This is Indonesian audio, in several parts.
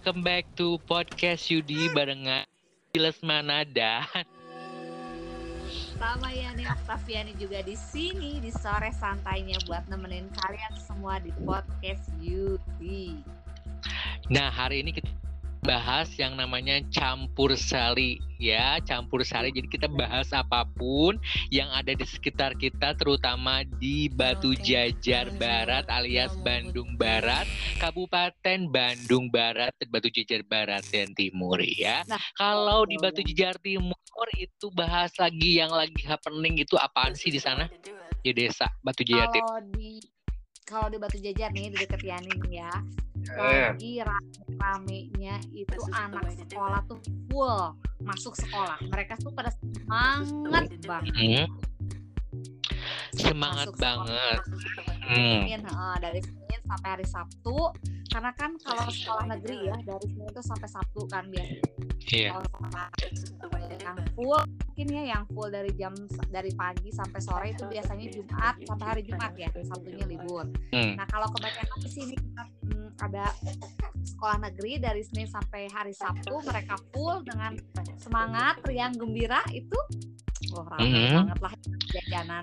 welcome back to podcast Yudi barengan Lesmana dan sama Yani Oktaviani juga di sini di sore santainya buat nemenin kalian semua di podcast Yudi. Nah, hari ini kita bahas yang namanya campur sari ya, campur sari. Jadi kita bahas apapun yang ada di sekitar kita, terutama di Batu Jajar Barat alias Bandung Barat, Kabupaten Bandung Barat, Batu Jajar Barat dan Timur ya. Nah, kalau di Batu Jajar Timur itu bahas lagi yang lagi happening itu apaan sih di sana? Di desa Batu Jajar Timur. Kalau di Batu Jajar nih di dekat Yani ya, lagi rame-ramenya itu anak sekolah tuh full masuk sekolah. Mereka tuh pada semangat banget. Semangat banget. Dari Senin sampai hari Sabtu. Karena kan kalau sekolah negeri ya dari Senin itu sampai Sabtu kan biasanya. Iya. Yang full mungkin ya, yang full dari pagi sampai sore itu biasanya Jumat sampai hari Jumat ya, Sabtunya libur. Nah kalau kebanyakan di sini ada sekolah negeri dari Senin sampai hari Sabtu, mereka full dengan semangat, riang gembira itu. Ramai banget lah jajanan.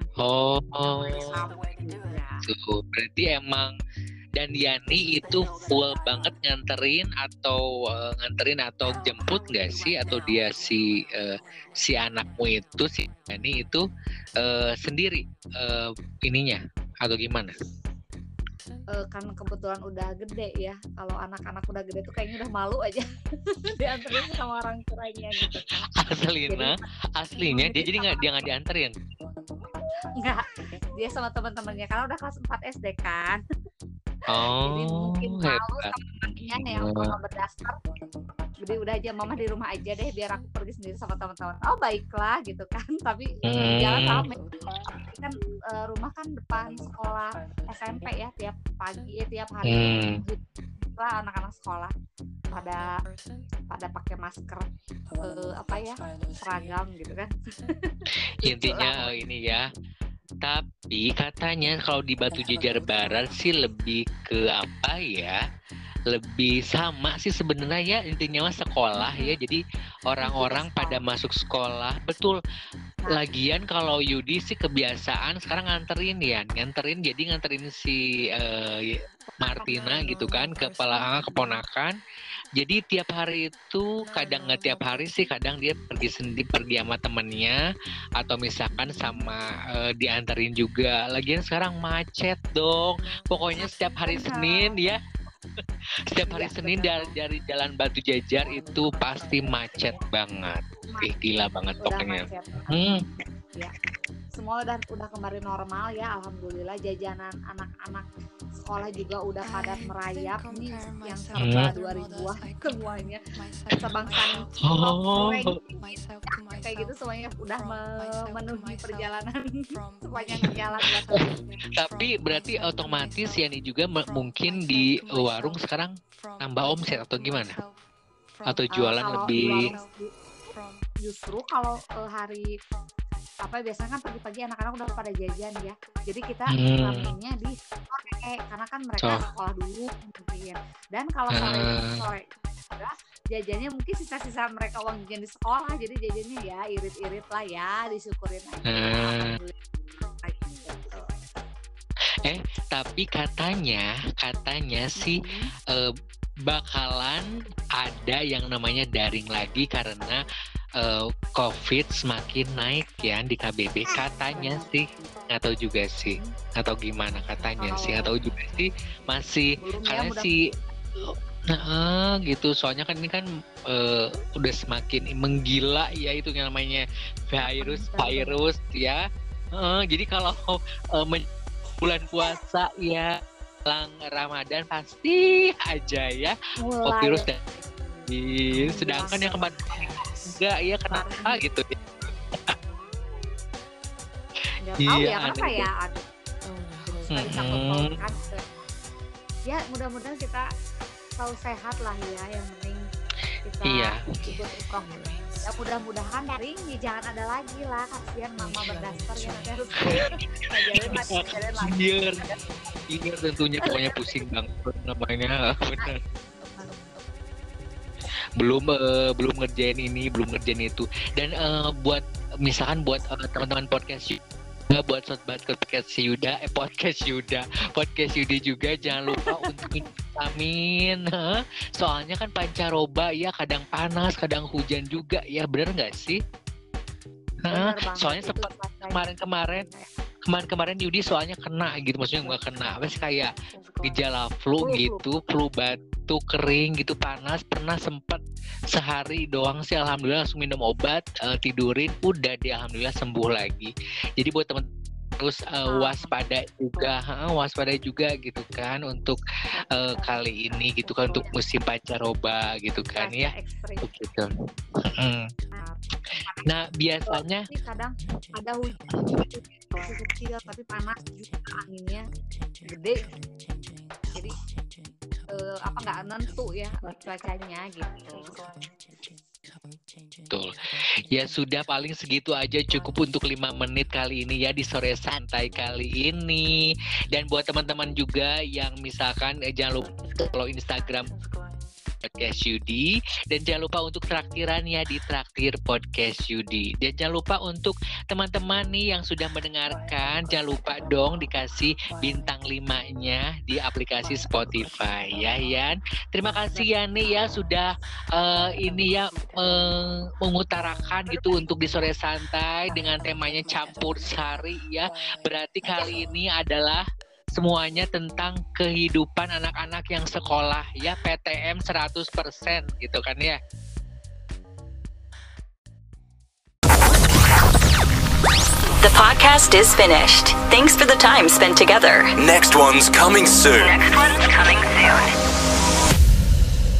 Tuh, berarti emang dan Yani itu full banget nganterin atau jemput nggak sih, atau dia si anakmu itu si Yani itu sendiri ininya atau gimana? Kan kebetulan udah gede ya. Kalau anak-anak udah gede tuh kayaknya udah malu aja dianterin sama orang tuanya gitu. Aslinya dia jadi nggak dianterin? Enggak, dia sama teman-temannya karena udah kelas 4 SD kan. Jadi mungkin malu sama temannya yang mama berdasar. Jadi udah aja mama di rumah aja deh, biar aku pergi sendiri sama teman-teman. Oh baiklah gitu kan. Tapi jalan ramai. Kan rumah kan depan sekolah SMP ya, tiap pagi tiap hari lah anak-anak sekolah pada pakai masker seragam gitu kan. Intinya ini ya. Tapi katanya kalau di Batu Jajar Barat sih lebih ke apa ya? Lebih sama sih sebenarnya ya, intinya mah sekolah ya. Jadi orang-orang pada masuk sekolah. Betul. Lagian kalau Yudi sih kebiasaan sekarang nganterin si Martina gitu kan, keponakan. Jadi tiap hari itu, kadang nggak tiap hari sih, kadang dia pergi sama temennya atau misalkan sama dianterin juga. Lagian sekarang macet dong. Pokoknya setiap hari Senin ya. Setiap hari Senin dari Jalan Batu Jajar itu pasti macet banget. Gila banget pokoknya. Ya. Semua udah kembali normal ya, alhamdulillah. Jajanan anak-anak sekolah juga udah pada merayap nih, yang serba 2000-an semuanya. Sebangsan kayak gitu semuanya udah memenuhi perjalanan sepanjang jalan. Tapi berarti otomatis Yani juga mungkin di warung sekarang tambah omset atau gimana? Atau jualan lebih? Justru kalau hari biasanya kan pagi-pagi anak-anak udah pada jajan ya. Jadi kita ramenya di sore karena kan mereka sekolah dulu mungkin. Dan kalau sore jajannya mungkin sisa-sisa mereka uang jajan di sekolah. Jadi jajannya ya irit-irit lah ya, disyukurin aja. Tapi katanya sih bakalan ada yang namanya daring lagi karena COVID semakin naik ya di KBB katanya sih, nggak tahu juga sih, atau gimana katanya sih, nggak tahu juga sih, masih karena sih gitu. Soalnya kan ini kan udah semakin menggila ya, itu yang namanya virus ya. Jadi kalau bulan puasa ya, Ramadan pasti aja ya virus dan sedangkan yang kemarin enggak ya, kenapa gitu ya. Nggak tahu ya kenapa ya, ya mudah-mudahan kita selalu sehat lah ya, yang penting kita ikut umroh ya, mudah-mudahan daring ya jangan ada lagi lah, kasihan mama berdasar ya, nanti harus ngajarin lagi. Iya tentunya, pokoknya pusing banget namanya. Benar. belum ngerjain ini, belum ngerjain itu. Dan buat misalkan buat teman-teman podcast buat sobat podcast Yuda juga jangan lupa untuk minum vitamin. Soalnya kan pancaroba ya kadang panas, kadang hujan juga ya, bener nggak sih? Soalnya sempat kemarin Yudi soalnya kena gitu, maksudnya nggak kena, pas kayak gejala flu gitu, flu batuk kering gitu, panas, pernah sempat sehari doang sih, alhamdulillah langsung minum obat, tidurin, udah deh alhamdulillah sembuh lagi. Jadi buat teman terus waspada juga gitu kan untuk kali ini gitu kan, untuk musim pancaroba gitu kan ya. Gitu. Nah biasanya kadang ada hujan kecil tapi panas juga, anginnya gede, jadi nggak nentu ya cuacanya gitu. Betul. Ya sudah, paling segitu aja cukup untuk 5 menit kali ini ya di sore santai kali ini. Dan buat teman-teman juga yang misalkan jangan lupa follow Instagram Podcast Yudi, dan jangan lupa untuk traktirannya di Traktir Podcast Yudi. Dan jangan lupa untuk teman-teman nih yang sudah mendengarkan, jangan lupa dong dikasih bintang 5-nya di aplikasi Spotify ya Yan. Terima kasih ya nih ya sudah mengutarakan gitu untuk di sore santai dengan temanya campur sari ya. Berarti kali ini adalah semuanya tentang kehidupan anak-anak yang sekolah ya, PTM 100% gitu kan ya. The podcast is finished. Thanks for the time spent together. Next one's coming soon.